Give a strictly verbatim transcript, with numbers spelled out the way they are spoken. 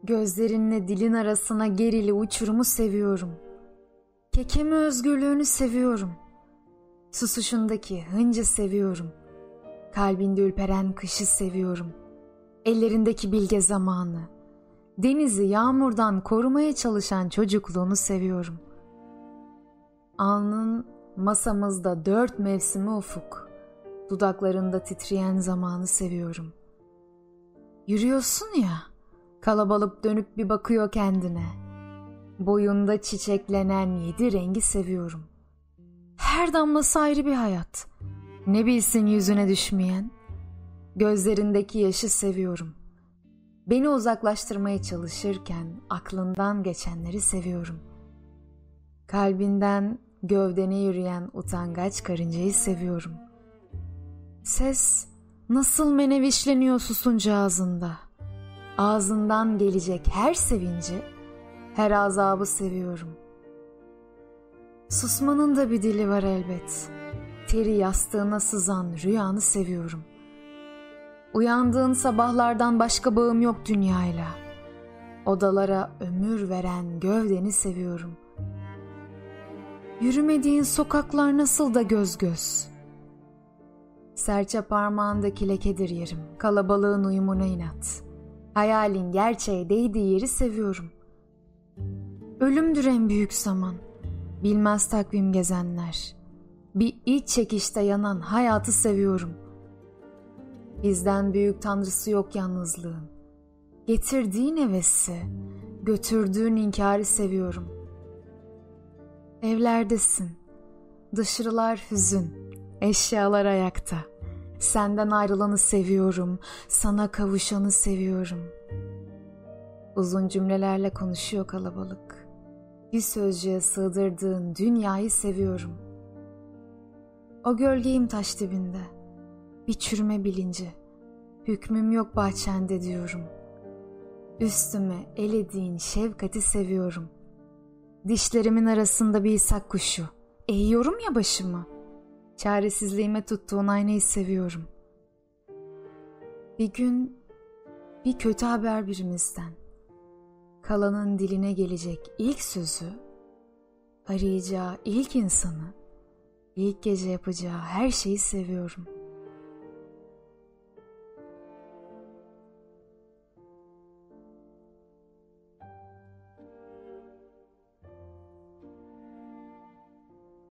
Gözlerinle dilin arasına gerili uçurumu seviyorum. Kekeme özgürlüğünü seviyorum. Susuşundaki hıncı seviyorum. Kalbinde ürperen kışı seviyorum. Ellerindeki bilge zamanı. Denizi yağmurdan korumaya çalışan çocukluğunu seviyorum. Alnın masamızda dört mevsimi ufuk. Dudaklarında titreyen zamanı seviyorum. Yürüyorsun ya, kalabalık dönüp bir bakıyor kendine. Boyunda çiçeklenen yedi rengi seviyorum. Her damlası ayrı bir hayat. Ne bilsin yüzüne düşmeyen. Gözlerindeki yaşı seviyorum. Beni uzaklaştırmaya çalışırken aklından geçenleri seviyorum. Kalbinden gövdene yürüyen utangaç karıncayı seviyorum. Ses nasıl menevişleniyor susunca ağzında. Ağzından gelecek her sevinci, her azabı seviyorum. Susmanın da bir dili var elbet. Teri yastığına sızan rüyanı seviyorum. Uyandığın sabahlardan başka bağım yok dünyayla. Odalara ömür veren gövdeni seviyorum. Yürümediğin sokaklar nasıl da göz göz. Serçe parmağındaki lekedir yerim, kalabalığın uyumuna inat. Hayalin gerçeğe değdiği yeri seviyorum. Ölümdür en büyük zaman, bilmez takvim gezenler. Bir iç çekişte yanan hayatı seviyorum. Bizden büyük tanrısı yok yalnızlığın. Getirdiğin hevesi, götürdüğün inkarı seviyorum. Evlerdesin, dışarılar hüzün, eşyalar ayakta. Senden ayrılanı seviyorum, sana kavuşanı seviyorum. Uzun cümlelerle konuşuyor kalabalık. Bir sözcüğe sığdırdığın dünyayı seviyorum. O gölgeyim taş dibinde, bir çürüme bilinci. Hükmüm yok bahçende diyorum. Üstüme elediğin şefkati seviyorum. Dişlerimin arasında bir isak kuşu. Eğiyorum ya başımı. Çaresizliğime tuttuğun aynayı seviyorum. Bir gün bir kötü haber birimizden. Kalanın diline gelecek ilk sözü, arayacağı ilk insanı, ilk gece yapacağı her şeyi seviyorum.